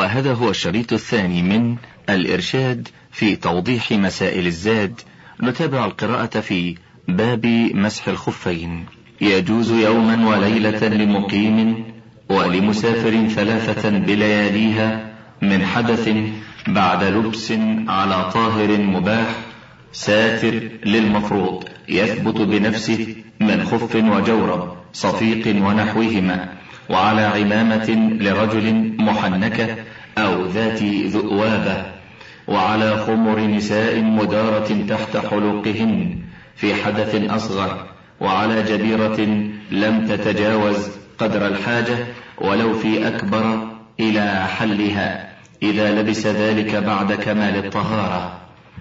وهذا هو الشريط الثاني من الإرشاد في توضيح مسائل الزاد. نتابع القراءة في باب مسح الخفين. يجوز يوما وليلة لمقيم ولمسافر 3 بلياليها من حدث بعد لبس على طاهر مباح ساتر للمفروض يثبت بنفسه من خف وجورب صفيق ونحوهما، وعلى عمامة لرجل محنكة أو ذات ذؤوابة، وعلى خمر نساء مدارة تحت حلوقهن في حدث أصغر، وعلى جبيرة لم تتجاوز قدر الحاجة ولو في أكبر إلى حلها إذا لبس ذلك بعد كمال الطهارة.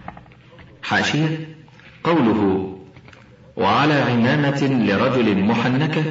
حاشية: قوله وعلى عمامة لرجل محنكة،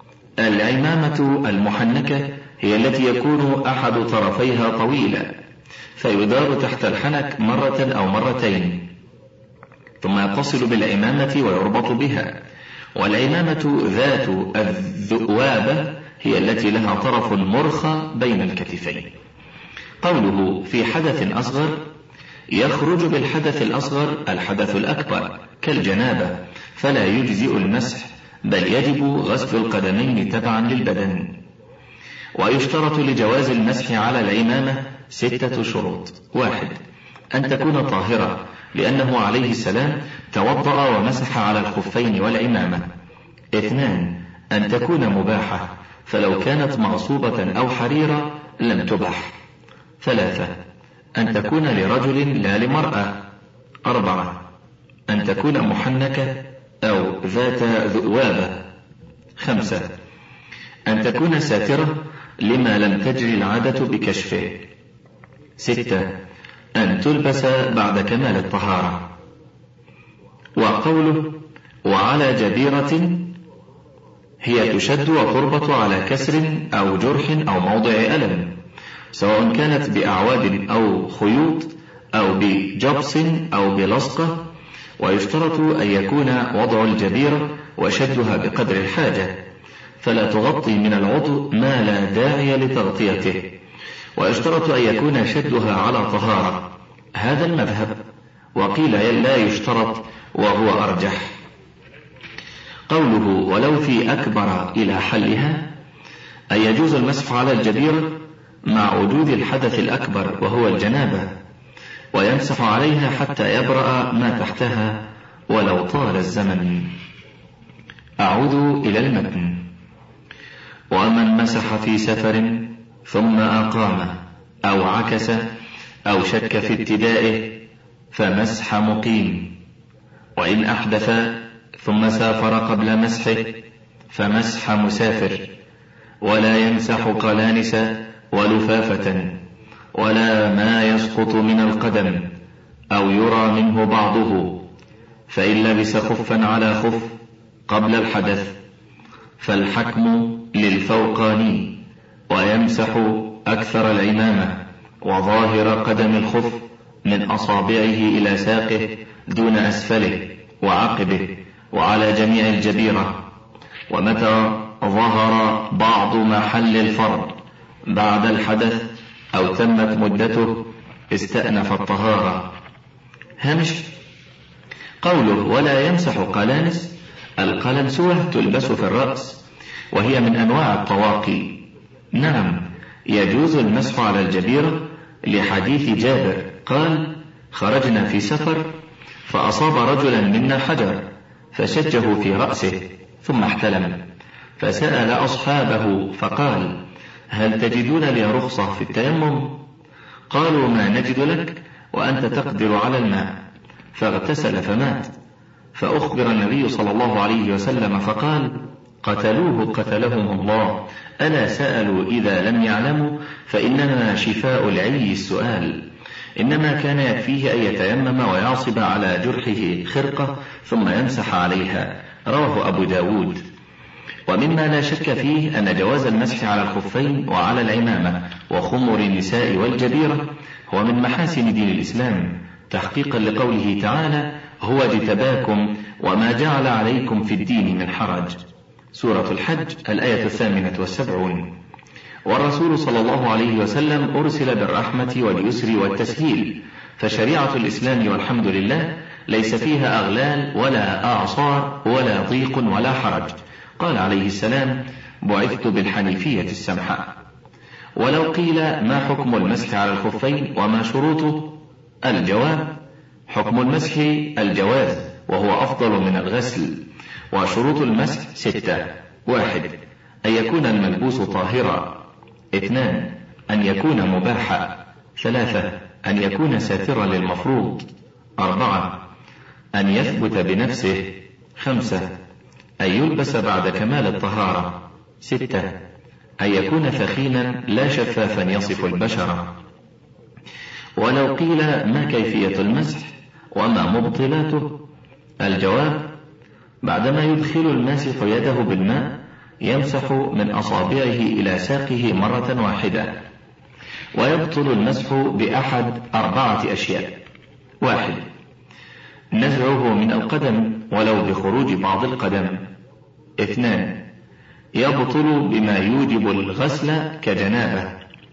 العمامة المحنكة هي التي يكون أحد طرفيها طويلا فيدار تحت الحنك مرة أو مرتين ثم يتصل بالعمامة ويربط بها، والعمامة ذات الذؤوابة هي التي لها طرف مرخى بين الكتفين. قوله في حدث أصغر، يخرج بالحدث الأصغر الحدث الأكبر كالجنابة، فلا يجزئ المسح بل يجب غسل القدمين تبعا للبدن. ويشترط لجواز المسح على العمامة 6 شروط: 1 أن تكون طاهرة، لأنه عليه السلام توضأ ومسح على الخفين والعمامة. 2 أن تكون مباحة، فلو كانت مغصوبة أو حريرة لم تباح. 3 أن تكون لرجل لا لمرأة. 4 أن تكون محنكة أو ذات ذؤوابة. 5 أن تكون ساترة لما لم تجري العادة بكشفه. 6 أن تلبس بعد كمال الطهارة. وقوله وعلى جبيرة هي تشد وتربط على كسر أو جرح أو موضع ألم، سواء كانت بأعواد أو خيوط أو بجبص أو بلصقة. ويشترط أن يكون وضع الجبيرة وشدها بقدر الحاجة، فلا تغطي من العضو ما لا داعي لتغطيته. ويشترط أن يكون شدها على طهارة، هذا المذهب، وقيل لا يشترط وهو أرجح. قوله ولو في أكبر إلى حلها، أن يجوز المسح على الجبيرة مع وجود الحدث الأكبر وهو الجنابة، ويمسح عليها حتى يبرأ ما تحتها ولو طال الزمن. أعود إلى المتن. ومن مسح في سفر ثم أقام أو عكس أو شك في ابتدائه فمسح مقيم، وإن أحدث ثم سافر قبل مسحه فمسح مسافر، ولا يمسح قلانس ولفافة ولا ما يسقط من القدم أو يرى منه بعضه، فإن لبس خفا على خف قبل الحدث فالحكم للفوقاني، ويمسح أكثر العمامة وظاهر قدم الخف من أصابعه إلى ساقه دون أسفله وعقبه وعلى جميع الجبيرة. ومتى ظهر بعض محل الفرض بعد الحدث أو تمت مدته استأنف الطهارة. هامش: قوله ولا يمسح قلانس، القلنسوة تلبس في الرأس وهي من أنواع الطواقي. نعم، يجوز المسح على الجبيرة لحديث جابر قال: خرجنا في سفر فأصاب رجلا منا حجر فشجه في رأسه ثم احتلم، فسأل أصحابه فقال: هل تجدون لي رخصة في التيمم؟ قالوا: ما نجد لك وأنت تقدر على الماء. فاغتسل فمات، فأخبر النبي صلى الله عليه وسلم فقال: قتلوه قتلهم الله، ألا سألوا إذا لم يعلموا؟ فإنما شفاء العي السؤال. إنما كان يكفيه أن يتيمم ويعصب على جرحه خرقة ثم يمسح عليها. رواه أبو داود. ومما لا شك فيه أن جواز المسح على الخفين وعلى العمامة وخمر النساء والجبيرة هو من محاسن دين الإسلام، تحقيقا لقوله تعالى: هو اجتباكم وما جعل عليكم في الدين من حرج. سورة الحج الآية 78. والرسول صلى الله عليه وسلم أرسل بالرحمة واليسر والتسهيل، فشريعة الإسلام والحمد لله ليس فيها أغلال ولا أعصار ولا ضيق ولا حرج. قال عليه السلام: بعثت بالحنيفية السمحاء. ولو قيل: ما حكم المسح على الخفين وما شروطه؟ الجواب: حكم المسح الجواز، وهو أفضل من الغسل. وشروط المسح 6: 1. أن يكون الملبوس طاهرا. 2. أن يكون مباحا. 3. أن يكون ساترا للمفروض. 4. أن يثبت بنفسه. 5. أن يلبس بعد كمال الطهارة. 6. أن يكون ثخينا لا شفافا يصف البشرة. ولو قيل: ما كيفية المسح وما مبطلاته؟ الجواب: بعدما يدخل الماسح يده بالماء يمسح من أصابعه إلى ساقه مرة واحدة. ويبطل المسح بأحد 4 أشياء: 1. نزعه من القدم ولو بخروج بعض القدم. 2. يبطل بما يوجب الغسل كجنابة.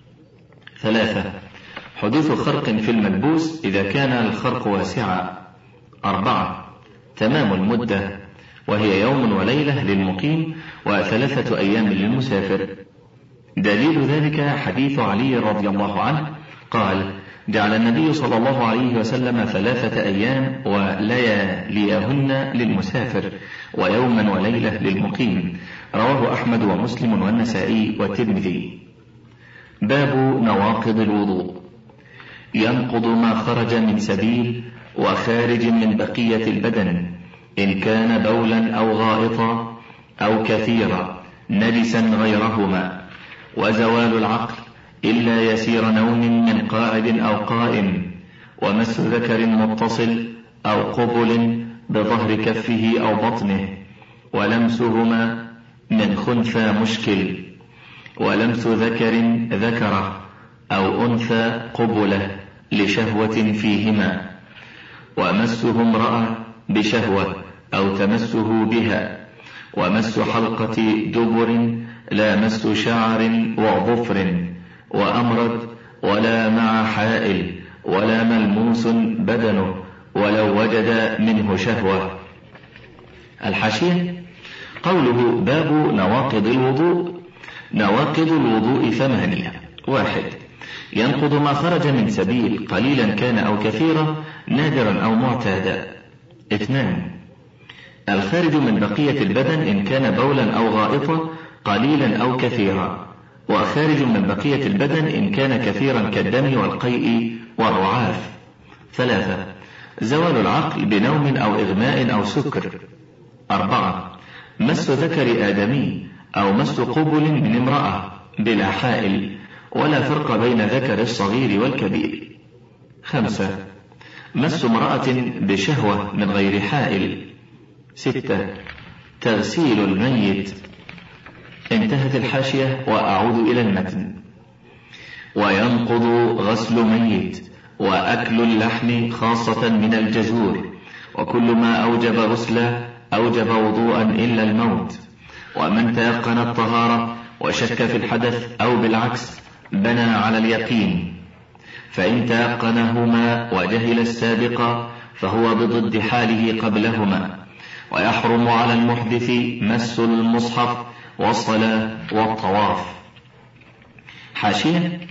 3. حدوث خرق في الملبوس إذا كان الخرق واسعا. 4. تمام المدة، وهي يوم وليلة للمقيم و3 أيام للمسافر. دليل ذلك حديث علي رضي الله عنه قال: جعل النبي صلى الله عليه وسلم 3 أيام ولياليهن للمسافر ويوما وليلة للمقيم. رواه أحمد ومسلم والنسائي والترمذي. باب نواقض الوضوء. ينقض ما خرج من سبيل وخارج من بقية البدن، إن كان بولا أو غائطا أو كثيرا نجسا غيرهما. وزوال العقل إلا يسير نوم من قاعد أو قائم، ومس ذكر متصل أو قبل بظهر كفه أو بطنه، ولمسهما من خنثى مشكل، ولمس ذكر ذكره أو أنثى قبله لشهوة فيهما، ومسه امرأة بشهوة أو تمسه بها، ومس حلقة دبر لا مس شعر وظفر وأمرد، ولا مع حائل، ولا ملموس بدنه ولو وجد منه شهوة. الحاشية: قوله باب نواقض الوضوء. نواقض الوضوء 8: 1. ينقض ما خرج من سبيل قليلا كان أو كثيرا نادرا أو معتادا. 2. الخارج من بقية البدن إن كان بولا أو غائطا قليلا أو كثيرا، وخارج من بقية البدن إن كان كثيرا كالدم والقيء والرعاف. 3. زوال العقل بنوم أو إغماء أو سكر. 4. مس ذكر آدمي أو مس قبل من امرأة بلا حائل، ولا فرق بين ذكر الصغير والكبير. 5. مس امرأة بشهوة من غير حائل. 6. تغسيل الميت. انتهت الحاشية، وأعود إلى المتن. وينقض غسل ميت وأكل اللحم خاصة من الجزور، وكل ما أوجب غسلا أوجب وضوءا إلا الموت. ومن تيقن الطهارة وشك في الحدث أو بالعكس بنى على اليقين، فإن تيقنهما وجهل السابق فهو بضد حاله قبلهما. ويحرم على المحدث مس المصحف والصلاة والطواف. حاشية: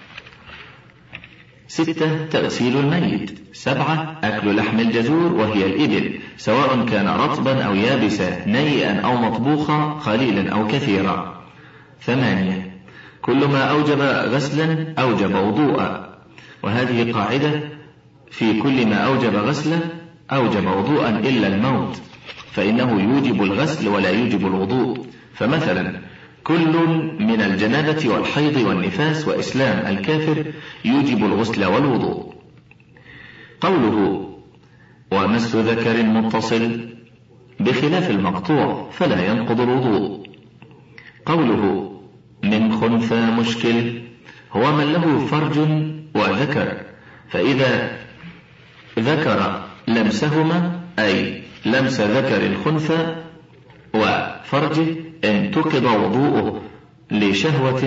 6. تغسيل الميت. 7. أكل لحم الجزور وهي الإبل، سواء كان رطبا أو يابسا، نيئا أو مطبوخا، قليلا أو كثيرا. 8. كل ما أوجب غسلا أوجب وضوءا، وهذه قاعدة: في كل ما أوجب غسلا أوجب وضوءا إلا الموت، فإنه يوجب الغسل ولا يوجب الوضوء. فمثلا: كل من الجنابة والحيض والنفاس وإسلام الكافر يوجب الغسل والوضوء. قوله ومس ذكر متصل بخلاف المقطوع فلا ينقض الوضوء. قوله من خنثى مشكل هو من له فرج وذكر، فإذا ذكر لمسهما أي لمس ذكر الخنثى وفرجه انتقض وضوءه لشهوة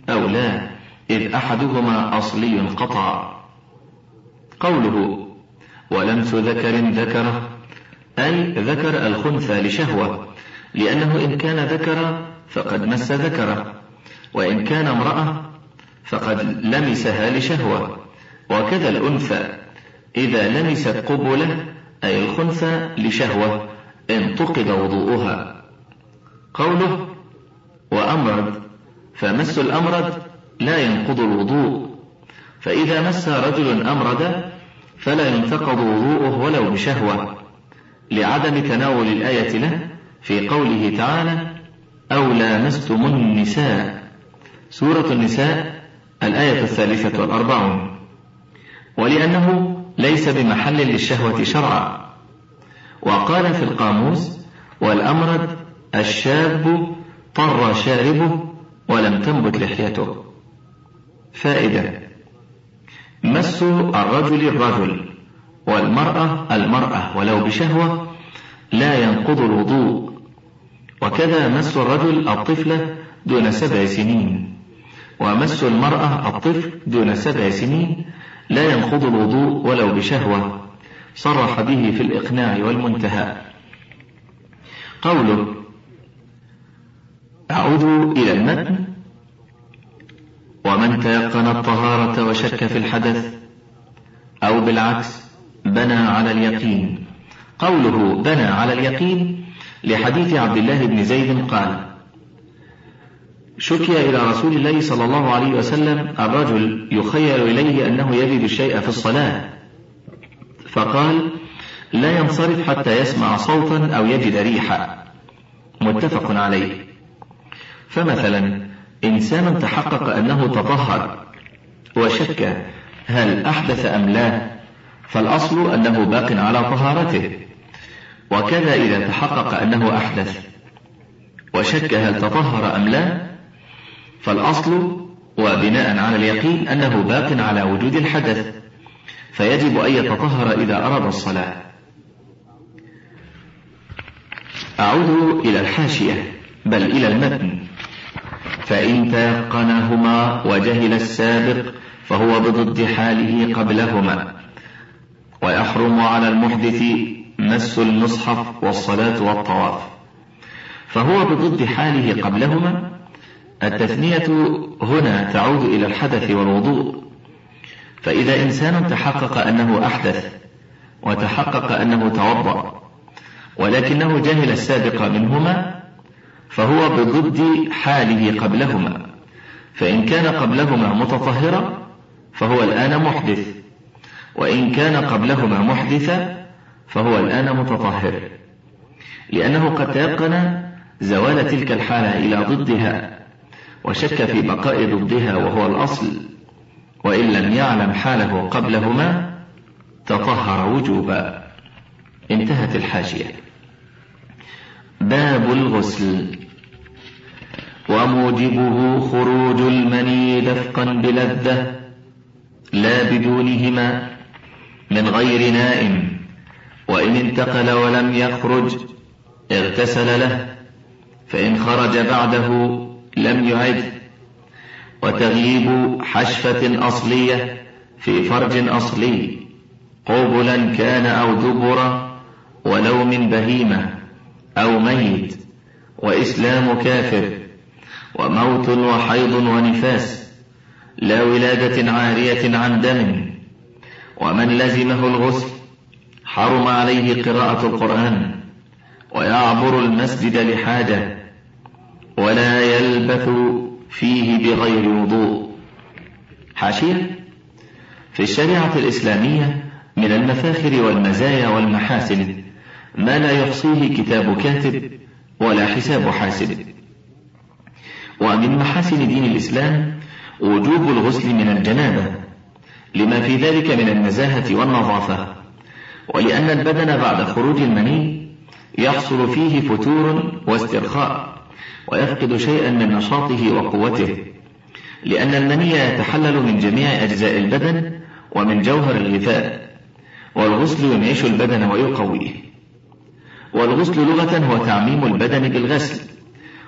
أو لا، إذ أحدهما أصلي قطع. قوله ولمس ذكر ذكره، أي ذكر الخنثى لشهوة، لأنه إن كان ذكر فقد مس ذكره، وإن كان امرأة فقد لمسها لشهوة. وكذا الأنثى إذا لمست قبله أي الخنثى لشهوة انتقض وضوءها. قوله وأمرد، فمس الأمرد لا ينقض الوضوء، فإذا مس رجل أمرد فلا ينتقض وضوءه ولو بشهوة، لعدم تناول الآية له في قوله تعالى أو لامستم النساء، سورة النساء الآية 43، ولأنه ليس بمحل للشهوة شرعا. وقال في القاموس والأمرد الشاب طر شاربه ولم تنبت لحيته. فائدة: مس الرجل الرجل والمرأة المرأة ولو بشهوة لا ينقض الوضوء، وكذا مس الرجل الطفلة دون 7 سنين، ومس المرأة الطفل دون 7 سنين لا ينقض الوضوء ولو بشهوة، صرح به في الإقناع والمنتهى. قوله أعود إلى المتن: ومن تيقن الطهارة وشك في الحدث أو بالعكس بنى على اليقين. قوله بنى على اليقين لحديث عبد الله بن زيد قال شكي إلى رسول الله صلى الله عليه وسلم الرجل يخيل إليه أنه يجد الشيء في الصلاة، فقال لا ينصرف حتى يسمع صوتا أو يجد ريحا، متفق عليه. فمثلا إنسان تحقق أنه تطهر وشك هل أحدث أم لا، فالأصل أنه باق على طهارته. وكذا إذا تحقق أنه أحدث وشك هل تطهر أم لا، فالأصل وبناء على اليقين أنه باق على وجود الحدث، فيجب أن يتطهر إذا أراد الصلاة. أعود إلى الحاشية بل إلى المتن: فإن تيقنهما وجهل السابق فهو بضد حاله قبلهما، ويحرم على المحدث مس المصحف والصلاة والطواف. فهو بضد حاله قبلهما، التثنية هنا تعود إلى الحدث والوضوء. فإذا إنسان تحقق أنه أحدث وتحقق أنه توضأ ولكنه جهل السابق منهما، فهو بضد حاله قبلهما، فإن كان قبلهما متطهرا فهو الآن محدث، وإن كان قبلهما محدثا فهو الآن متطهر، لأنه قد تيقن زوال تلك الحالة إلى ضدها وشك في بقاء ضدها وهو الأصل، وإن لم يعلم حاله قبلهما تطهر وجوبا. انتهت الحاشية. باب الغسل. وموجبه خروج المني دفقا بلذة لا بدونهما من غير نائم، وإن انتقل ولم يخرج اغتسل له، فإن خرج بعده لم يعد. وتغييب حشفة أصلية في فرج أصلي قبلا كان أو دبرا ولو من بهيمة أو ميت، وإسلام كافر، وموت وحيض ونفاس لا ولادة عارية عن دم. ومن لزمه الغسل حرم عليه قراءة القرآن، ويعبر المسجد لحاجة، ولا يلبث فيه بغير وضوء. حاشية: في الشريعة الإسلامية من المفاخر والمزايا والمحاسن ما لا يحصيه كتاب كاتب ولا حساب حاسب. ومن محاسن دين الإسلام وجوب الغسل من الجنابة، لما في ذلك من النزاهة والنظافة، ولأن البدن بعد خروج المني يحصل فيه فتور واسترخاء، ويفقد شيئا من نشاطه وقوته، لأن المني يتحلل من جميع أجزاء البدن ومن جوهر الغذاء، والغسل ينعش البدن ويقويه. والغسل لغة هو تعميم البدن بالغسل،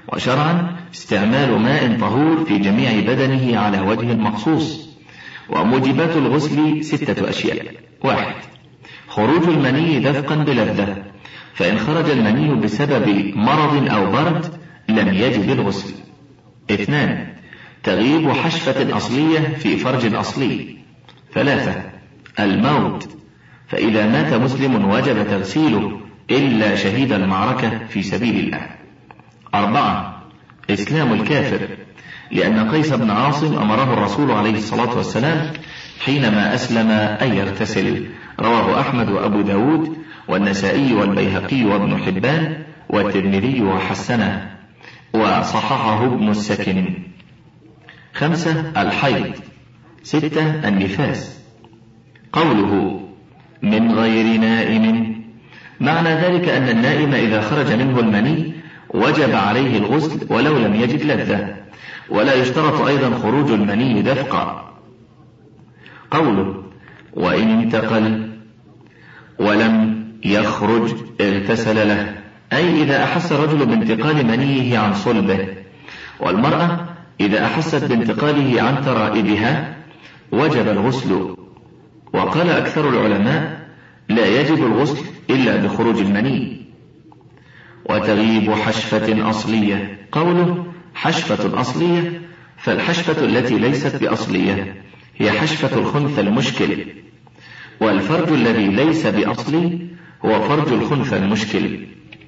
وشرعا استعمال ماء طهور في جميع بدنه على وجه مخصوص. وموجبات الغسل 6 أشياء: 1. خروج المني دفقا بلذة، فإن خرج المني بسبب مرض أو برد لم يجب الغسل. 2. تغيب حشفة أصلية في فرج أصلي. 3. الموت، فإذا مات مسلم وجب تغسيله إلا شهيد المعركة في سبيل الله. 4. إسلام الكافر، لأن قيس بن عاصم أمره الرسول عليه الصلاة والسلام حينما أسلم أن يغتسل. رواه أحمد وأبو داود والنسائي والبيهقي وابن حبان والترمذي وحسنه وصححه ابن السكن. 5. الحيض. 6. النفاس. قوله من غير نائم، معنى ذلك أن النائم إذا خرج منه المني وجب عليه الغسل ولو لم يجد لذة، ولا يشترط أيضا خروج المني دفقا. قوله وإن انتقل ولم يخرج اغتسل له، أي إذا أحس الرجل بانتقال منيه عن صلبه، والمرأة إذا أحست بانتقاله عن ترائبها وجب الغسل. وقال أكثر العلماء لا يجب الغسل إلا بخروج المني. وتغيب حشفة أصلية. قوله حشفة أصلية، فالحشفة التي ليست بأصلية هي حشفة الخنثى المشكل، والفرج الذي ليس بأصلي هو فرج الخنثى المشكل.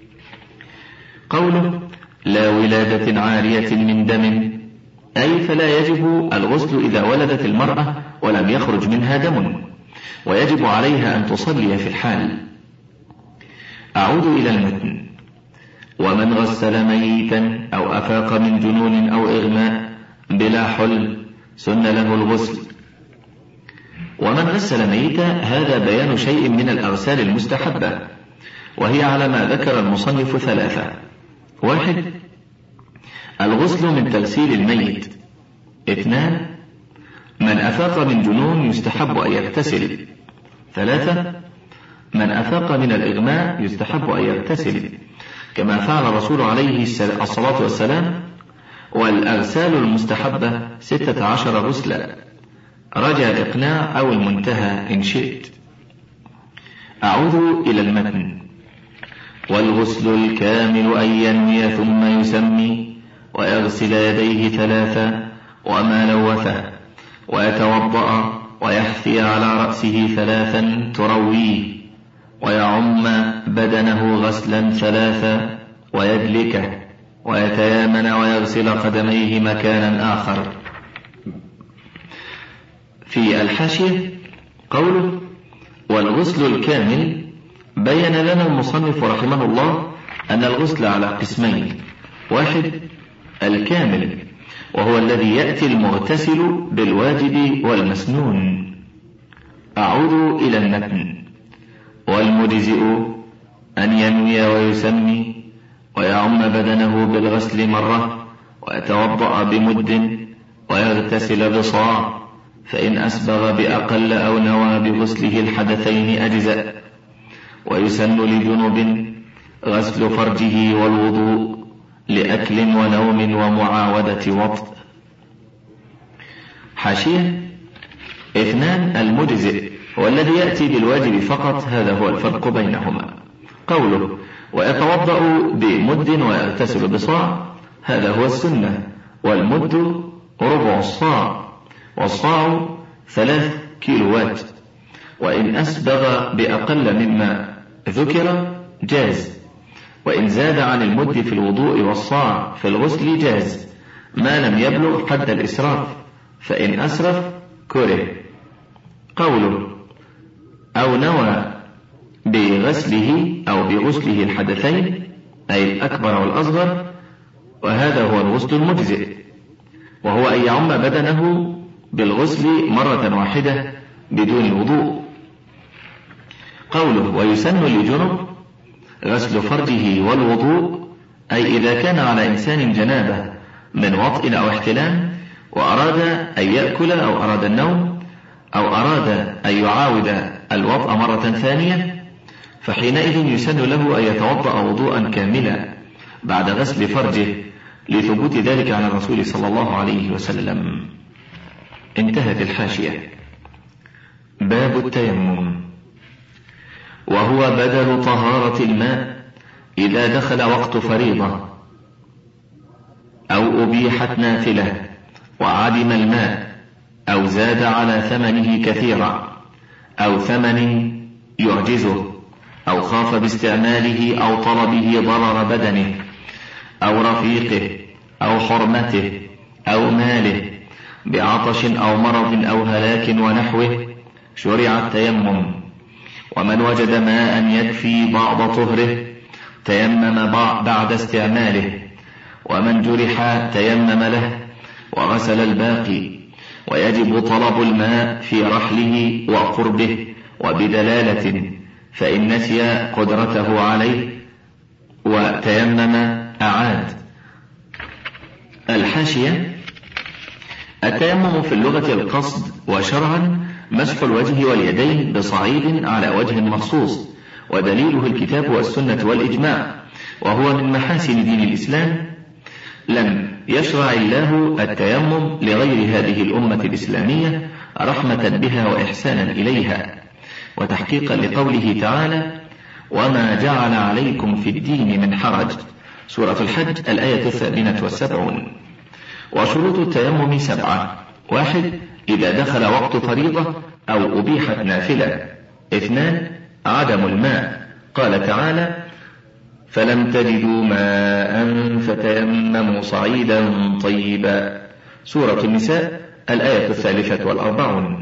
قوله لا ولادة عارية من دم، أي فلا يجب الغسل إذا ولدت المرأة ولم يخرج منها دم، ويجب عليها أن تصلي في الحال. أعود إلى المتن. ومن غسل ميتا أو أفاق من جنون أو إغماء بلا حل سن له الغسل. ومن غسل ميتا هذا بيان شيء من الأغسال المستحبة، وهي على ما ذكر المصنف 3: 1. الغسل من تغسيل الميت. 2. من أفاق من جنون يستحب أن يغتسل. 3. من أفاق من الإغماء يستحب أن يغتسل، كما فعل الرسول عليه الصلاة والسلام. والأغسال المستحبة 16 غسلا، رجع الإقناع أو المنتهى إن شئت. أعود إلى المتن. والغسل الكامل أن ينوي ثم يسمي، ويغسل يديه 3 وما لوثه، ويتوضأ ويحثي على رأسه 3 ترويه، ويعم بدنه غسلا 3 ويدلكه، ويتيامن ويغسل قدميه مكانا آخر. في الحاشية قوله والغسل الكامل، بين لنا المصنف رحمه الله أن الغسل على قسمين: 1. الكامل، وهو الذي يأتي المغتسل بالواجب والمسنون. أعود إلى المتن. والمجزئ أن ينوي ويسمي، ويعم بدنه بالغسل مرة، ويتوضأ بمد، ويغتسل بصاع، فإن أسبغ بأقل أو نوى بغسله الحدثين أجزأ. ويسن لجنب غسل فرجه والوضوء لأكل ونوم ومعاودة وطء. حاشية. 2. المجزئ هو الذي يأتي بالواجب فقط، هذا هو الفرق بينهما. قوله ويتوضأ بمد ويغتسل بصاع، هذا هو السنة، والمد ربع الصاع، والصاع 3 كيلوات. وإن أسبغ بأقل مما ذكر جاز، وإن زاد عن المد في الوضوء والصاع في الغسل جاز، ما لم يبلغ حد الإسراف، فإن أسرف كره. قوله أو نوى بغسله أو بغسله الحدثين، أي الأكبر والأصغر، وهذا هو الغسل المجزئ، وهو أن يعم بدنه بالغسل مرة واحدة بدون وضوء. قوله ويسن لجنب غسل فرجه والوضوء، أي إذا كان على إنسان جنابة من وطء أو احتلام، وأراد أن يأكل أو أراد النوم أو أراد أن يعاود الوطء مرة ثانية، فحينئذ يسن له أن يتوضأ وضوءا كاملا بعد غسل فرجه لثبوت ذلك عن الرسول صلى الله عليه وسلم. انتهت الحاشية. باب التيمم، وهو بدل طهارة الماء إذا دخل وقت فريضة أو أبيحت نافلة وعدم الماء أو زاد على ثمنه كثيرا أو ثمن يعجزه أو خاف باستعماله أو طلبه ضرر بدنه أو رفيقه أو حرمته أو ماله بعطش أو مرض أو هلاك ونحوه، شرع التيمم. ومن وجد ماء يكفي بعض طهره تيمم بعد استعماله، ومن جرح تيمم له وغسل الباقي. ويجب طلب الماء في رحله وقربه وبدلالة، فإن نسي قدرته عليه وتيمم أعاد. الحاشية. التيمم في اللغة القصد، وشرعا مسح الوجه واليدين بصعيد على وجه مخصوص، ودليله الكتاب والسنة والإجماع، وهو من محاسن دين الإسلام. لم يشرع الله التيمم لغير هذه الأمة الإسلامية رحمة بها وإحسانا إليها، وتحقيقا لقوله تعالى: وما جعل عليكم في الدين من حرج، سورة الحج الآية 78. وشروط التيمم 7: 1. إذا دخل وقت فريضة أو أبيحت نافلة. 2. عدم الماء، قال تعالى: فلم تجدوا ماء فتيمموا صعيدا طيبا، سورة النساء الآية 43.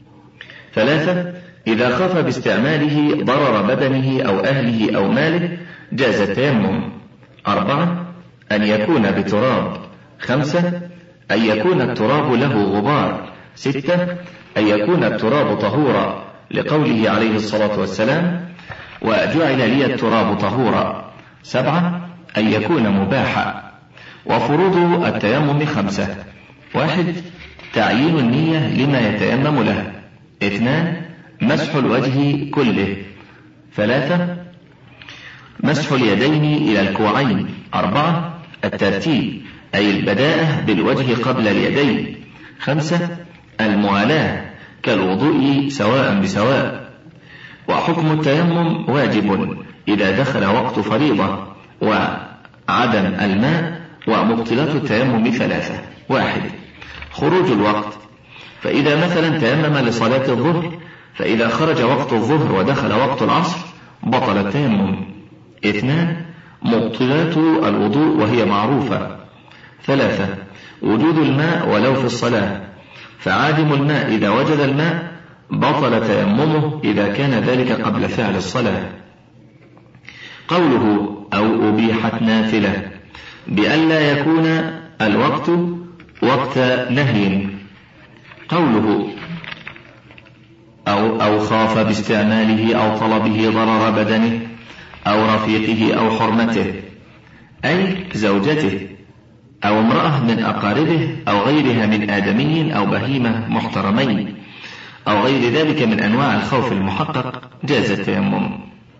3. إذا خاف باستعماله ضرر بدنه أو أهله أو ماله جاز التيمم. 4. أن يكون بتراب. 5. أن يكون التراب له غبار. 6. أن يكون التراب طهورا، لقوله عليه الصلاة والسلام: وجعل لي التراب طهورا. 7. أن يكون مباحا. وفروض التيمم 5: 1. تعيين النية لما يتيمم له. 2. مسح الوجه كله. 3. مسح اليدين إلى الكوعين. 4. الترتيب، أي البداءة بالوجه قبل اليدين. 5. الموالاة كالوضوء سواء بسواء. وحكم التيمم واجب إذا دخل وقت فريضة وعدم الماء. ومبطلات التيمم 3: 1. خروج الوقت، فإذا مثلا تيمم لصلاة الظهر، فإذا خرج وقت الظهر ودخل وقت العصر بطل التيمم. 2. مبطلات الوضوء وهي معروفة. 3. وجود الماء ولو في الصلاة، فعادم الماء إذا وجد الماء بطل تيممه إذا كان ذلك قبل فعل الصلاة. قوله أو أبيحت نافلة، بألا يكون الوقت وقت نهي. قوله أو خاف باستعماله أو طلبه ضرر بدنه أو رفيقه أو حرمته، أي زوجته أو امرأة من أقاربه أو غيرها من آدمي أو بهيمة محترمين أو غير ذلك من أنواع الخوف المحقق، جاز التيمم.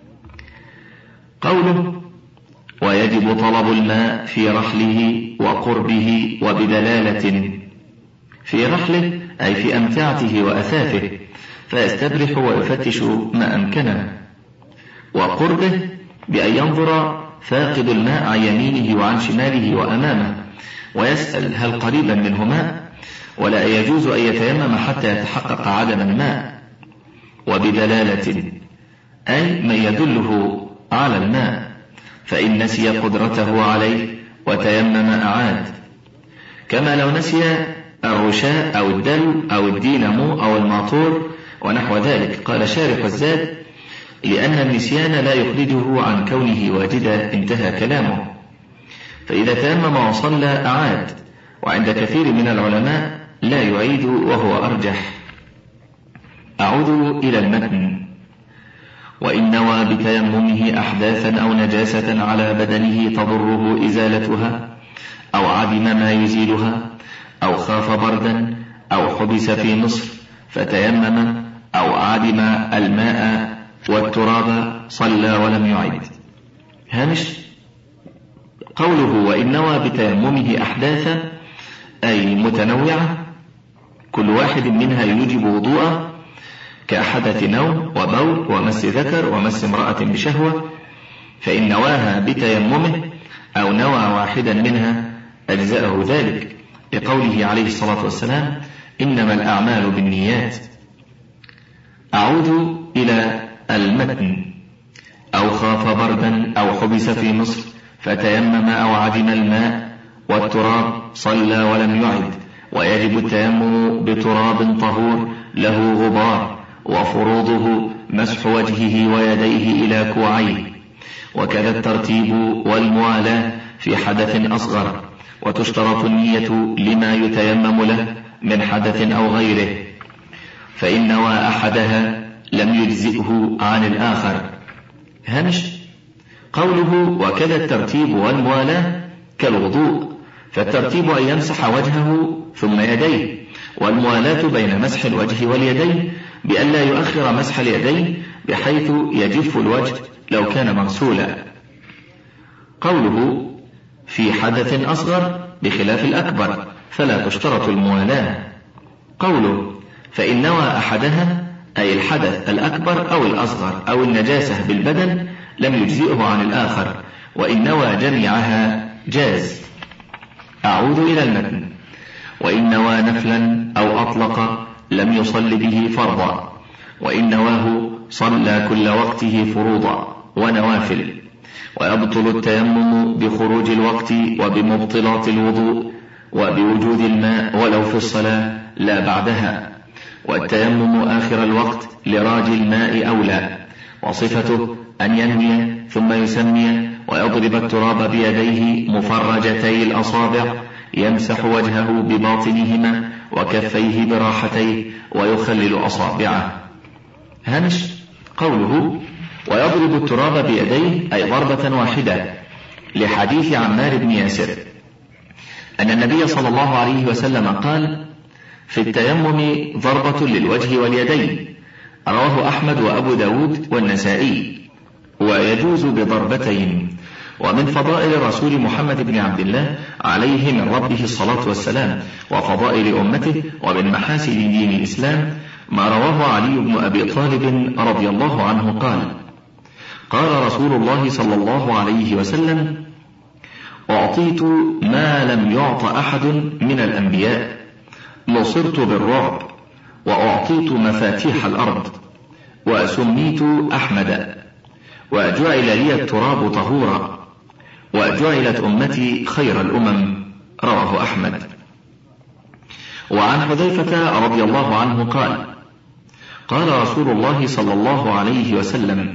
قوله ويجب طلب الماء في رحله وقربه وبدلالة، في رحله أي في أمتعته وأثاثه، فيستبرح ويفتش ما أمكنه. وقربه بأن ينظر فاقد الماء عن يمينه وعن شماله وأمامه ويسأل هل قريبا منه ماء، ولا يجوز أن يتيمم حتى يتحقق عدم الماء. وبدلالة أي من يدله على الماء، فإن نسي قدرته عليه وتيمم أعاد، كما لو نسي الرشاء أو الدلو أو الدينمو أو الماطور ونحو ذلك. قال شارح الزاد: لأن النسيان لا يخرجه عن كونه واجدا. انتهى كلامه. فإذا تيمم وصلى أعاد، وعند كثير من العلماء لا يعيد وهو أرجح. أعود إلى المتن. وإن نوى بتيممه أحداثا أو نجاسة على بدنه تضره إزالتها أو عدم ما يزيلها أو خاف بردا أو حبس في مصر فتيمم أو عدم الماء والتراب صلى ولم يعد. هامش: قوله وإن نوى بتيممه أحداثا أي متنوعة كل واحد منها يوجب وضوءا كأحدث نوم وبول ومس ذكر ومس امرأة بشهوة، فإن نواها بتيممه أو نوى واحدا منها أجزأه ذلك، لقوله عليه الصلاة والسلام إنما الأعمال بالنيات. أعود إلى المتن. أو خاف بردا أو حبس في مصر فتيمم أو عدم الماء والتراب صلى ولم يعد، ويجب التيمم بتراب طهور له غبار، وفروضه مسح وجهه ويديه إلى كوعيه، وكذا الترتيب والموالاة في حدث أصغر، وتشترط النية لما يتيمم له من حدث أو غيره، فإن نوى أحدها لم يجزئه عن الآخر. هامش. قوله وكذا الترتيب والموالاة كالوضوء، فالترتيب أن يمسح وجهه ثم يديه، والموالاة بين مسح الوجه واليدين بأن لا يؤخر مسح اليدين بحيث يجف الوجه لو كان مغسولا. قوله في حدث أصغر بخلاف الأكبر فلا تشترط الموالاة. قوله فإن نوى أحدها أي الحدث الأكبر أو الأصغر أو النجاسة بالبدن لم يجزئه عن الآخر، وإن نوى جميعها جاز. أعود إلى المتن. وإن نوى نفلا أو أطلق لم يصل به فرضا، وإن نواه صلى كل وقته فروضا ونوافل، ويبطل التيمم بخروج الوقت وبمبطلات الوضوء وبوجود الماء ولو في الصلاة لا بعدها، والتيمم آخر الوقت لراجي الماء أولى، وصفته أن ينوي ثم يسمي ويضرب التراب بيديه مفرجتي الأصابع، يمسح وجهه بباطنهما وكفيه براحتيه ويخلل أصابعه. هامش. قوله ويضرب التراب بيديه أي ضربة واحدة، لحديث عمار بن ياسر أن النبي صلى الله عليه وسلم قال في التيمم ضربة للوجه واليدين، رواه أحمد وأبو داود والنسائي، ويجوز بضربتين. ومن فضائل رسول محمد بن عبد الله عليه من ربه الصلاة والسلام وفضائل أمته ومن محاسن دين الإسلام ما رواه علي بن أبي طالب رضي الله عنه قال قال رسول الله صلى الله عليه وسلم أعطيت ما لم يعط أحد من الأنبياء، نصرت بالرعب، وأعطيت مفاتيح الأرض، وسميت أحمد، وجعل لي التراب طهورا، وجعلت أمتي خير الأمم. رواه أحمد. وعن حذيفة رضي الله عنه قال قال رسول الله صلى الله عليه وسلم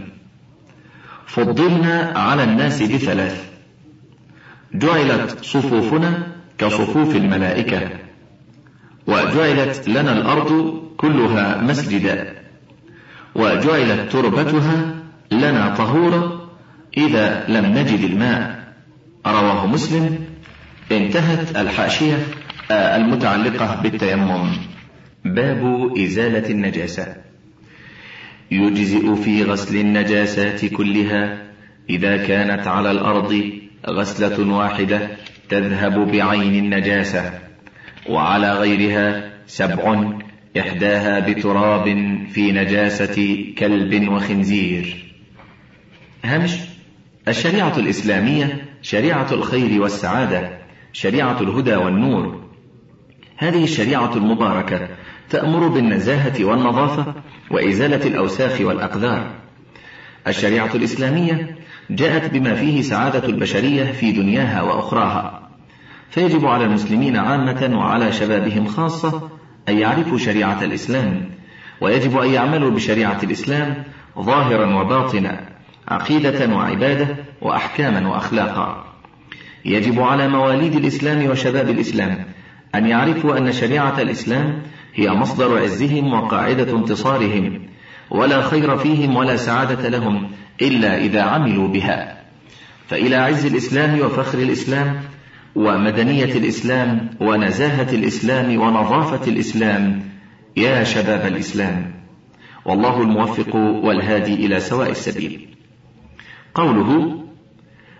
فضلنا على الناس بثلاث: جعلت صفوفنا كصفوف الملائكة، وجعلت لنا الأرض كلها مسجدا، وجعلت تربتها لنا طهورا إذا لم نجد الماء. رواه مسلم. انتهت الحاشية المتعلقة بالتيمم. باب إزالة النجاسة. يجزئ في غسل النجاسات كلها إذا كانت على الأرض غسلة واحدة تذهب بعين النجاسة، وعلى غيرها 7 إحداها بتراب في نجاسة كلب وخنزير. هامش. الشريعة الإسلامية شريعة الخير والسعادة، شريعة الهدى والنور. هذه الشريعة المباركة تأمر بالنزاهة والنظافة وإزالة الأوساخ والأقذار. الشريعة الإسلامية جاءت بما فيه سعادة البشرية في دنياها وأخراها، فيجب على المسلمين عامة وعلى شبابهم خاصة أن يعرفوا شريعة الإسلام، ويجب أن يعملوا بشريعة الإسلام ظاهرا وباطنا، عقيدة وعبادة وأحكاما وأخلاقا. يجب على مواليد الإسلام وشباب الإسلام أن يعرفوا أن شريعة الإسلام هي مصدر عزهم وقاعدة انتصارهم، ولا خير فيهم ولا سعادة لهم إلا إذا عملوا بها. فإلى عز الإسلام وفخر الإسلام ومدنية الإسلام ونزاهة الإسلام ونظافة الإسلام يا شباب الإسلام، والله الموفق والهادي إلى سواء السبيل. قوله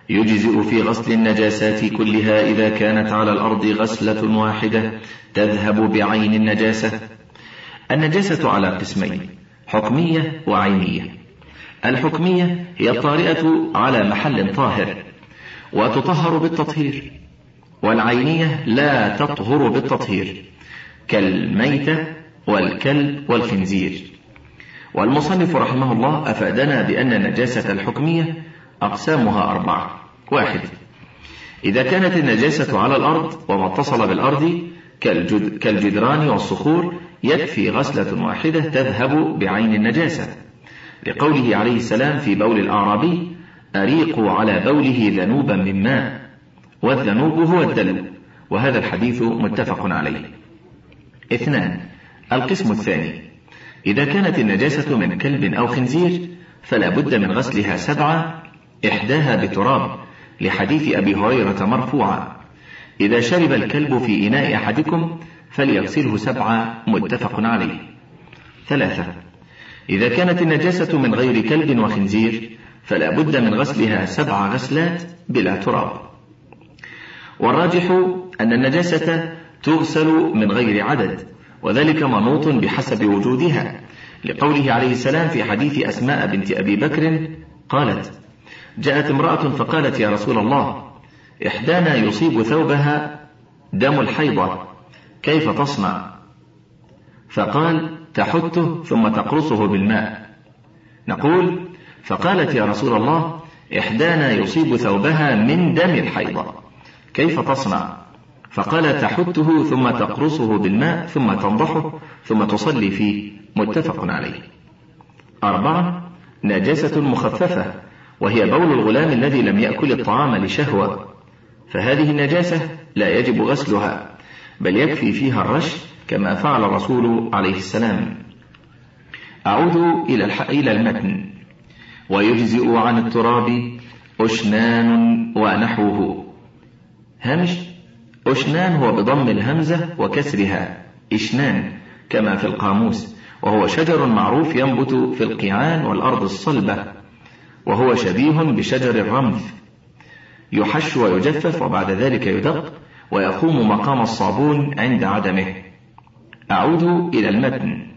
يجزئ في غسل النجاسات كلها إذا كانت على الأرض غسلة واحدة تذهب بعين النجاسة. النجاسة على قسمين: حكمية وعينية. الحكمية هي الطارئة على محل طاهر وتطهر بالتطهير، والعينية لا تطهر بالتطهير كالميتة والكلب والخنزير. والمصنف رحمه الله أفادنا بأن النجاسة الحكمية أقسامها 4: 1. إذا كانت النجاسة على الأرض وما اتصل بالأرض كالجدران والصخور يكفي غسلة واحدة تذهب بعين النجاسة، لقوله عليه السلام في بول الأعرابي: أريقوا على بوله ذنوبا من ماء، والذنوب هو الدلو، وهذا الحديث متفق عليه. 2. القسم الثاني: إذا كانت النجاسة من كلب أو خنزير فلا بد من غسلها 7، إحداها بتراب، لحديث أبي هريرة مرفوعا: إذا شرب الكلب في إناء أحدكم فليغسله 7، متفق عليه. 3. إذا كانت النجاسة من غير كلب وخنزير فلا بد من غسلها 7 غسلات بلا تراب. والراجح أن النجاسة تغسل من غير عدد، وذلك منوط بحسب وجودها، لقوله عليه السلام في حديث أسماء بنت أبي بكر قالت: جاءت امرأة فقالت: يا رسول الله، إحدانا يصيب ثوبها دم الحيضة، كيف تصنع؟ فقال: تحته ثم تقرصه بالماء. نقول: فقالت: يا رسول الله، إحدانا يصيب ثوبها من دم الحيضة، كيف تصنع؟ فقال: تحته ثم تقرصه بالماء ثم تنضحه ثم تصلي فيه، متفق عليه. 4. نجاسة مخففة، وهي بول الغلام الذي لم يأكل الطعام لشهوة، فهذه النجاسة لا يجب غسلها، بل يكفي فيها الرش كما فعل الرسول عليه السلام. أعود إلى المتن: ويجزئ عن التراب أشنان ونحوه. هامش: أشنان هو بضم الهمزة وكسرها إشنان كما في القاموس، وهو شجر معروف ينبت في القيعان والأرض الصلبة، وهو شبيه بشجر الرمث، يحش ويجفف وبعد ذلك يدق ويقوم مقام الصابون عند عدمه. أعود إلى المتن: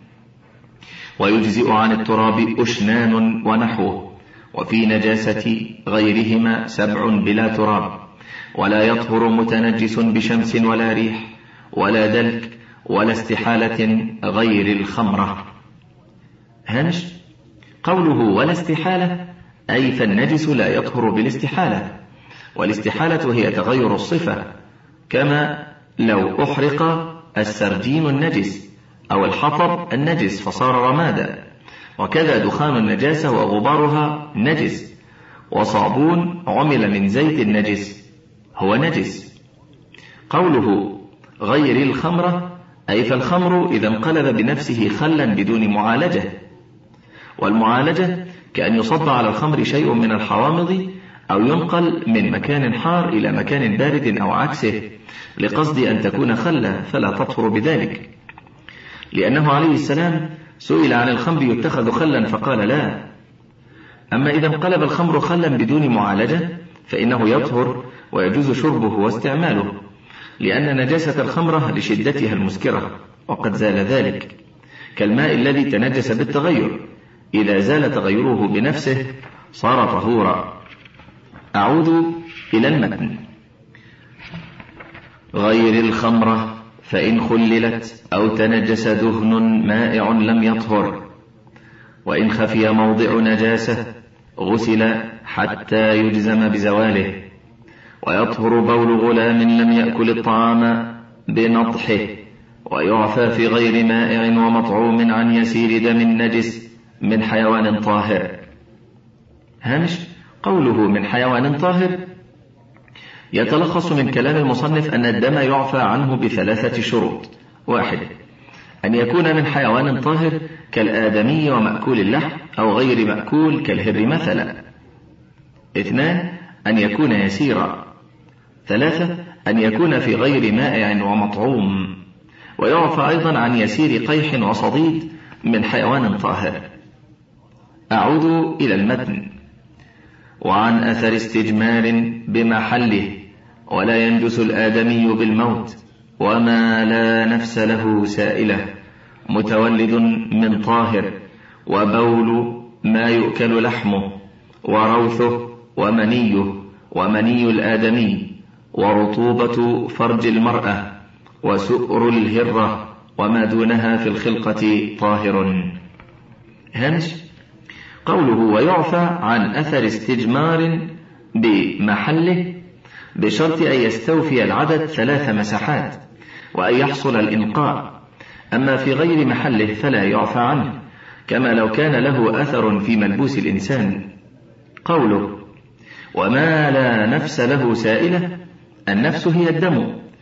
ويجزئ عن التراب أشنان ونحوه، وفي نجاسة غيرهما 7 بلا تراب، ولا يطهر متنجس بشمس ولا ريح ولا دلك ولا استحالة غير الخمرة. هنش: قوله ولا استحالة أي فالنجس لا يطهر بالاستحالة، والاستحالة هي تغير الصفة، كما لو أحرق السرجين النجس أو الحطب النجس فصار رمادا، وكذا دخان النجاسة وغبارها نجس، وصابون عمل من زيت النجس هو نجس. قوله غير الخمرة أي فالخمر إذا انقلب بنفسه خلا بدون معالجة، والمعالجة كأن يصب على الخمر شيء من الحوامض أو ينقل من مكان حار إلى مكان بارد أو عكسه لقصد أن تكون خلا، فلا تطهر بذلك، لأنه عليه السلام سئل عن الخمر يتخذ خلا فقال لا. أما إذا انقلب الخمر خلا بدون معالجة فإنه يطهر ويجوز شربه واستعماله، لأن نجاسة الخمرة لشدتها المسكرة، وقد زال ذلك، كالماء الذي تنجس بالتغير، إذا زال تغيره بنفسه صار طهورا. أعود إلى المتن: غير الخمرة فإن خللت أو تنجس دهن مائع لم يطهر، وإن خفي موضع نجاسة غسل حتى يجزم بزواله، ويطهر بول غلام لم يأكل الطعام بنضحه، ويعفى في غير مائع ومطعوم عن يسير دم نجس من حيوان طاهر. هامش: قوله من حيوان طاهر يتلخص من كلام المصنف أن الدم يعفى عنه ب3 شروط: 1. أن يكون من حيوان طاهر كالآدمي ومأكول اللحم أو غير مأكول كالهر مثلا. 2. أن يكون يسيرا. 3. أن يكون في غير مائع ومطعوم، ويعفى أيضا عن يسير قيح وصديد من حيوان طاهر. أعود إلى المتن: وعن أثر استجمار بمحله، ولا ينجس الآدمي بالموت، وما لا نفس له سائلة، متولد من طاهر، وبول ما يؤكل لحمه، وروثه، ومنيه، ومني الآدمي، ورطوبة فرج المرأة، وسؤر الهرة، وما دونها في الخلقة طاهر. هامش: قوله ويعفى عن أثر استجمار بمحله بشرط أن يستوفي العدد 3 مساحات، وأن يحصل الإنقاء، أما في غير محله فلا يعفى عنه، كما لو كان له أثر في ملبوس الإنسان. قوله وما لا نفس له سائلة، النفس هي الدم،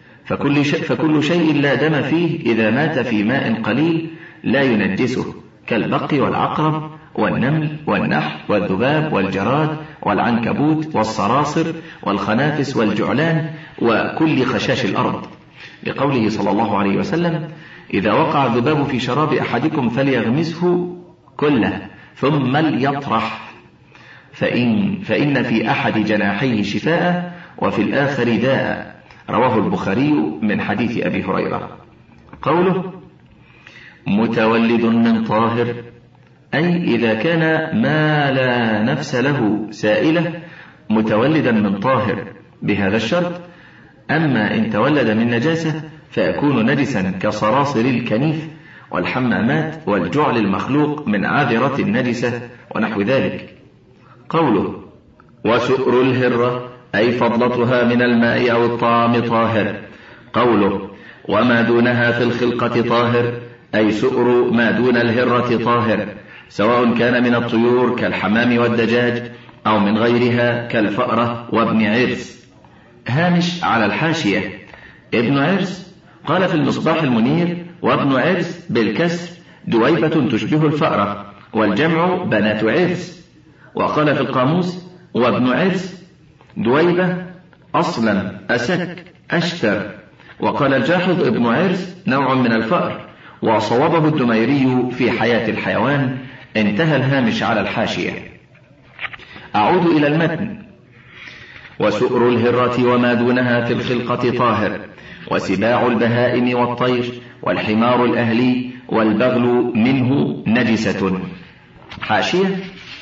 فكل شيء لا دم فيه إذا مات في ماء قليل لا ينجسه، كالبق والعقرب والنمل والنحل والذباب والجراد والعنكبوت والصراصر والخنافس والجعلان وكل خشاش الأرض، لقوله صلى الله عليه وسلم: إذا وقع الذباب في شراب أحدكم فليغمسه كله ثم ليطرح، فإن في أحد جناحيه شفاء وفي الآخر داء، رواه البخاري من حديث أبي هريرة. قوله متولد من طاهر، أي إذا كان ما لا نفس له سائلة متولدا من طاهر بهذا الشرط. أما إن تولد من نجاسة فيكون نجسا كصراصر الكنيف والحمامات والجعل المخلوق من عذرة النجسة ونحو ذلك. قوله وسؤر الهرة، أي فضلتها من الماء أو الطعام طاهر. قوله وما دونها في الخلقة طاهر، أي سؤر ما دون الهرة طاهر، سواء كان من الطيور كالحمام والدجاج أو من غيرها كالفأرة وابن عرس. هامش على الحاشية: ابن عرس قال في المصباح المنير: وابن عرس بالكسر دويبة تشبه الفأرة، والجمع بنات عرس. وقال في القاموس: وابن عرس دويبة أصلا أسك أشتر. وقال الجاحظ: ابن عرس نوع من الفأر، وصوبه الدميري في حياة الحيوان. انتهى الهامش على الحاشية. أعود إلى المتن: وسؤر الهرة وما دونها في الخلقة طاهر، وسباع البهائم والطير، والحمار الأهلي والبغل منه نجسة. حاشية: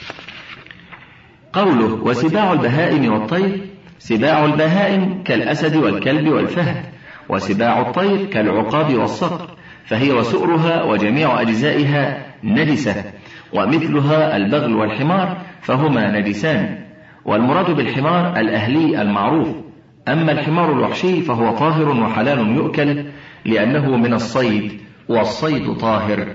قوله وسباع البهائم والطير، سباع البهائم كالأسد والكلب والفهد، وسباع الطير كالعقاب والصقر، فهي وسؤرها وجميع أجزائها نجسة، ومثلها البغل والحمار فهما نجسان. والمراد بالحمار الأهلي المعروف، أما الحمار الوحشي فهو طاهر وحلال يؤكل لأنه من الصيد، والصيد طاهر.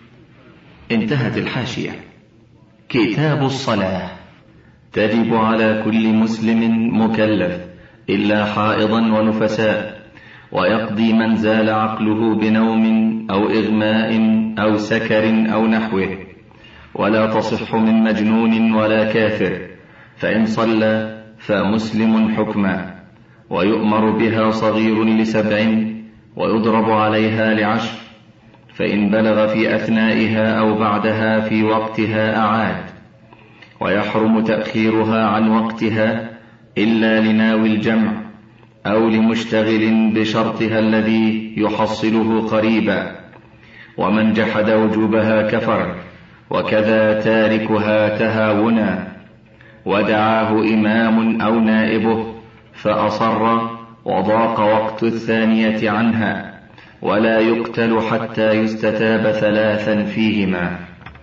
انتهت الحاشية. كتاب الصلاة: تجب على كل مسلم مكلف إلا حائضا ونفساء، ويقضي من زال عقله بنوم أو إغماء أو سكر أو نحوه، ولا تصح من مجنون ولا كافر، فإن صلى فمسلم حكما، ويؤمر بها صغير ل7، ويضرب عليها ل10، فإن بلغ في أثنائها أو بعدها في وقتها أعاد، ويحرم تأخيرها عن وقتها إلا لناوي الجمع أو لمشتغل بشرطها الذي يحصله قريبا، ومن جحد وجوبها كفر، وكذا تاركها تهاونا، ودعاه إمام أو نائبه فأصر وضاق وقت الثانية عنها، ولا يقتل حتى يستتاب 3 فيهما.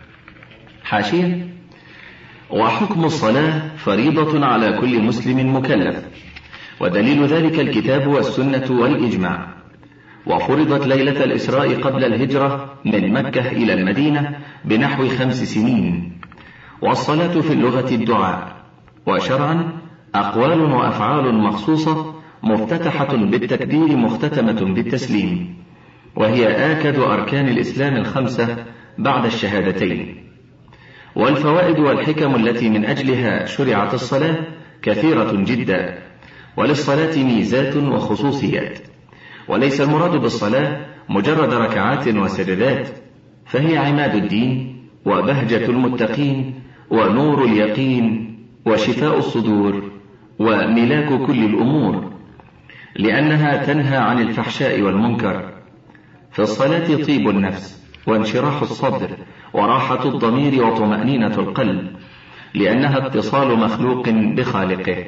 حاشية: وحكم الصلاة فريضة على كل مسلم مكلف، ودليل ذلك الكتاب والسنة والإجماع. وفرضت ليلة الإسراء قبل الهجرة من مكة إلى المدينة بنحو 5 سنين. والصلاة في اللغة الدعاء، وشرعا أقوال وأفعال مخصوصة مفتتحة بالتكبير مختتمة بالتسليم، وهي آكد أركان الإسلام 5 بعد الشهادتين. والفوائد والحكم التي من أجلها شرعت الصلاة كثيرة جدا، وللصلاة ميزات وخصوصيات، وليس المراد بالصلاة مجرد ركعات وسجدات، فهي عماد الدين وبهجة المتقين ونور اليقين وشفاء الصدور وملاك كل الأمور، لأنها تنهى عن الفحشاء والمنكر. في الصلاة طيب النفس وانشراح الصدر وراحة الضمير وطمأنينة القلب، لأنها اتصال مخلوق بخالقه.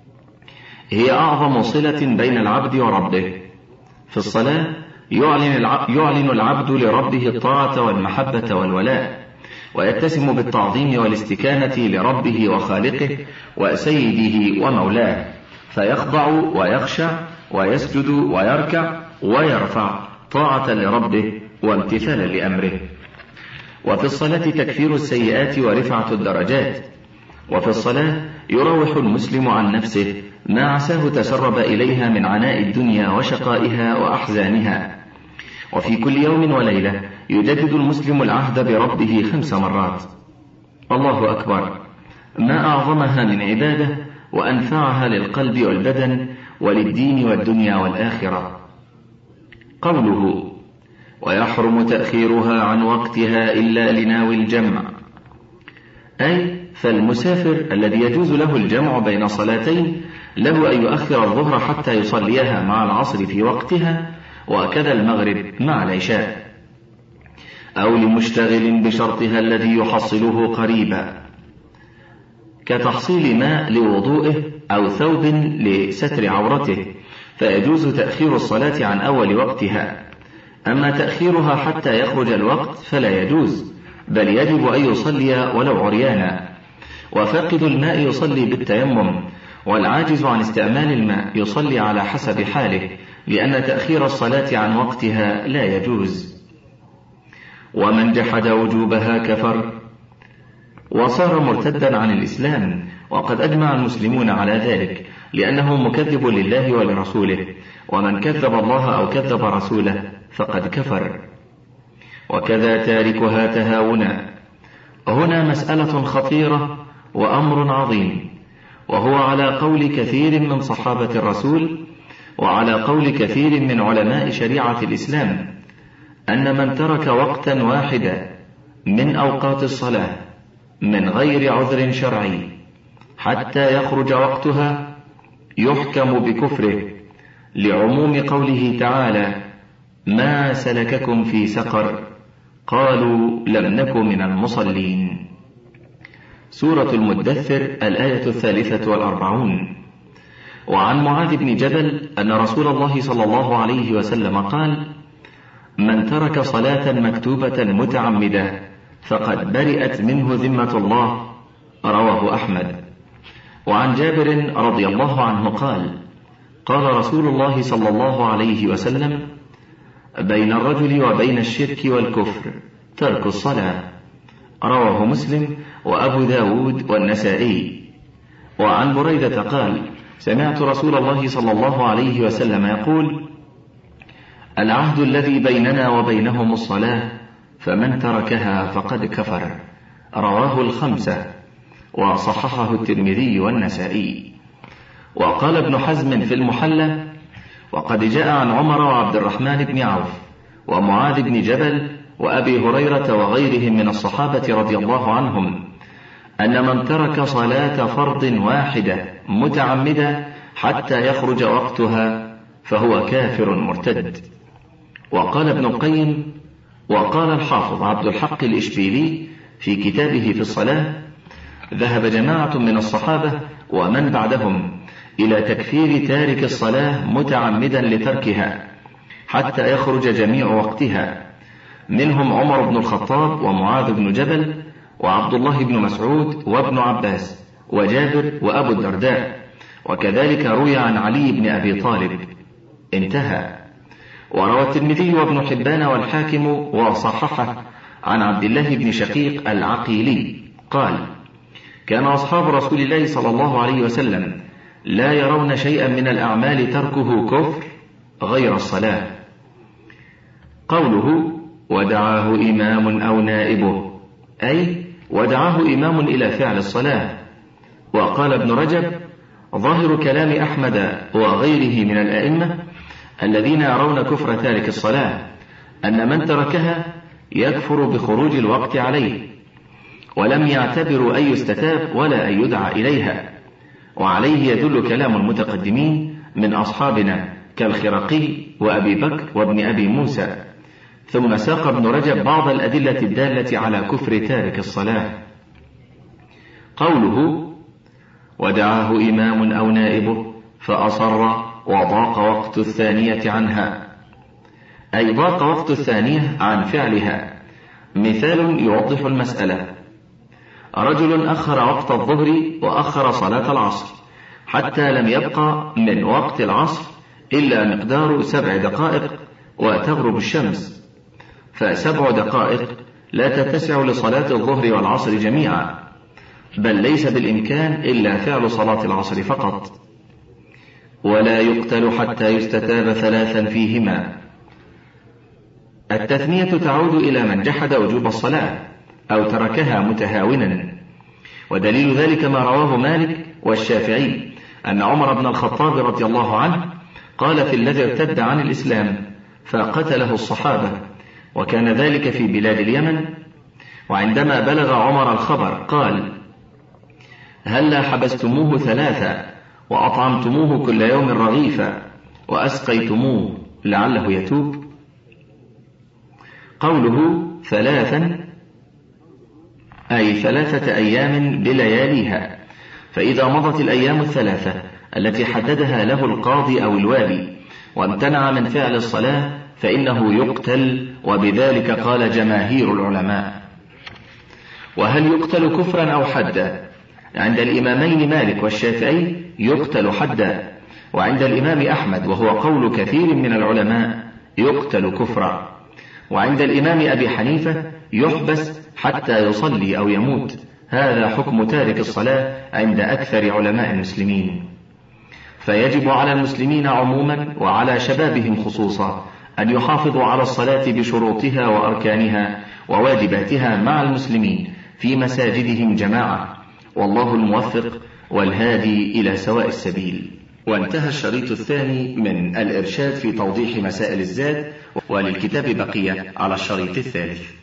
هي أعظم صلة بين العبد وربه. في الصلاة يعلن العبد لربه الطاعة والمحبة والولاء، ويتسم بالتعظيم والاستكانة لربه وخالقه وسيده ومولاه، فيخضع ويخشع ويسجد ويركع ويرفع طاعة لربه وامتثالا لأمره. وفي الصلاة تكفير السيئات ورفعة الدرجات. وفي الصلاة يروح المسلم عن نفسه ما عساه تسرب إليها من عناء الدنيا وشقائها وأحزانها. وفي كل يوم وليلة يجدد المسلم العهد بربه 5 مرات. الله أكبر، ما أعظمها من عبادة وأنفعها للقلب والبدن وللدين والدنيا والآخرة. قوله: ويحرم تأخيرها عن وقتها إلا لناوي الجمع، أي فالمسافر الذي يجوز له الجمع بين صلاتين له أن يؤخر الظهر حتى يصليها مع العصر في وقتها، وكذا المغرب مع العشاء، أو لمشتغل بشرطها الذي يحصله قريبا، كتحصيل ماء لوضوئه أو ثوب لستر عورته، فيجوز تأخير الصلاة عن أول وقتها. أما تأخيرها حتى يخرج الوقت فلا يجوز، بل يجب أن يصلي ولو عريانا. وفاقد الماء يصلي بالتيمم، والعاجز عن استعمال الماء يصلي على حسب حاله، لأن تأخير الصلاة عن وقتها لا يجوز. ومن جحد وجوبها كفر وصار مرتدا عن الإسلام، وقد أجمع المسلمون على ذلك، لأنه مكذب لله ولرسوله، ومن كذب الله أو كذب رسوله فقد كفر. وكذا تاركها تهاونا. هنا مسألة خطيرة وأمر عظيم، وهو على قول كثير من صحابة الرسول وعلى قول كثير من علماء شريعة الإسلام، أن من ترك وقتا واحدا من أوقات الصلاة من غير عذر شرعي حتى يخرج وقتها يحكم بكفره، لعموم قوله تعالى: ما سلككم في سقر؟ قالوا لم نك من المصلين. سورة المدثر الآية 43. وعن معاذ بن جبل أن رسول الله صلى الله عليه وسلم قال: من ترك صلاة مكتوبة متعمدة فقد برئت منه ذمة الله. رواه أحمد. وعن جابر رضي الله عنه قال: قال رسول الله صلى الله عليه وسلم: بين الرجل وبين الشرك والكفر ترك الصلاة. رواه مسلم وأبو داود والنسائي. وعن بريدة قال: سمعت رسول الله صلى الله عليه وسلم يقول: العهد الذي بيننا وبينهم الصلاة، فمن تركها فقد كفر. رواه 5 وصححه الترمذي والنسائي. وقال ابن حزم في المحلى: وقد جاء عن عمر وعبد الرحمن بن عوف ومعاذ بن جبل وأبي هريرة وغيرهم من الصحابة رضي الله عنهم أن من ترك صلاة فرض واحدة متعمدة حتى يخرج وقتها فهو كافر مرتد. وقال ابن القيم وقال الحافظ عبد الحق الإشبيلي في كتابه في الصلاة: ذهب جماعة من الصحابة ومن بعدهم إلى تكفير تارك الصلاة متعمدا لتركها حتى يخرج جميع وقتها، منهم عمر بن الخطاب ومعاذ بن جبل وعبد الله بن مسعود وابن عباس وجابر وأبو الدرداء، وكذلك روي عن علي بن أبي طالب. انتهى. وروى الترمذي وابن حبان والحاكم وصححه عن عبد الله بن شقيق العقيلي قال: كان أصحاب رسول الله صلى الله عليه وسلم لا يرون شيئا من الأعمال تركه كفر غير الصلاة. قوله: ودعاه إمام أو نائبه، أي ودعاه إمام إلى فعل الصلاة. وقال ابن رجب: ظاهر كلام أحمد وغيره من الأئمة الذين يرون كفر تارك الصلاة أن من تركها يكفر بخروج الوقت عليه. ولم يعتبروا أن يستتاب ولا أن يدعى إليها. وعليه يدل كلام المتقدمين من أصحابنا كالخرقي وأبي بكر وابن أبي موسى. ثم ساق ابن رجب بعض الأدلة الدالة على كفر تارك الصلاة. قوله ودعاه إمام أو نائبه فأصر وضاق وقت الثانية عنها، أي ضاق وقت الثانية عن فعلها. مثال يوضح المسألة: رجل أخر وقت الظهر وأخر صلاة العصر حتى لم يبقى من وقت العصر إلا مقدار 7 دقائق وتغرب الشمس، ف7 دقائق لا تتسع لصلاة الظهر والعصر جميعا، بل ليس بالإمكان إلا فعل صلاة العصر فقط. ولا يقتل حتى يستتاب 3 فيهما. التثنية تعود إلى من جحد وجوب الصلاة أو تركها متهاونا، ودليل ذلك ما رواه مالك والشافعي أن عمر بن الخطاب رضي الله عنه قال في الذي ارتد عن الإسلام فقتله الصحابة، وكان ذلك في بلاد اليمن. وعندما بلغ عمر الخبر قال: هلا حبستموه 3 وأطعمتموه كل يوم رغيفا وأسقيتموه لعله يتوب. قوله 3 أي 3 أيام بلياليها، فإذا مضت الأيام 3 التي حددها له القاضي أو الوالي وامتنع من فعل الصلاة فإنه يقتل، وبذلك قال جماهير العلماء. وهل يقتل كفرا أو حدا؟ عند الإمامين مالك والشافعي يقتل حدا، وعند الإمام أحمد وهو قول كثير من العلماء يقتل كفرا، وعند الإمام أبي حنيفة يحبس حتى يصلي أو يموت. هذا حكم تارك الصلاة عند أكثر علماء المسلمين. فيجب على المسلمين عموما وعلى شبابهم خصوصا أن يحافظوا على الصلاة بشروطها وأركانها وواجباتها مع المسلمين في مساجدهم جماعة، والله الموفق والهادي إلى سواء السبيل. وانتهى الشريط الثاني من الإرشاد في توضيح مسائل الزاد، وللكتاب بقية على الشريط الثالث.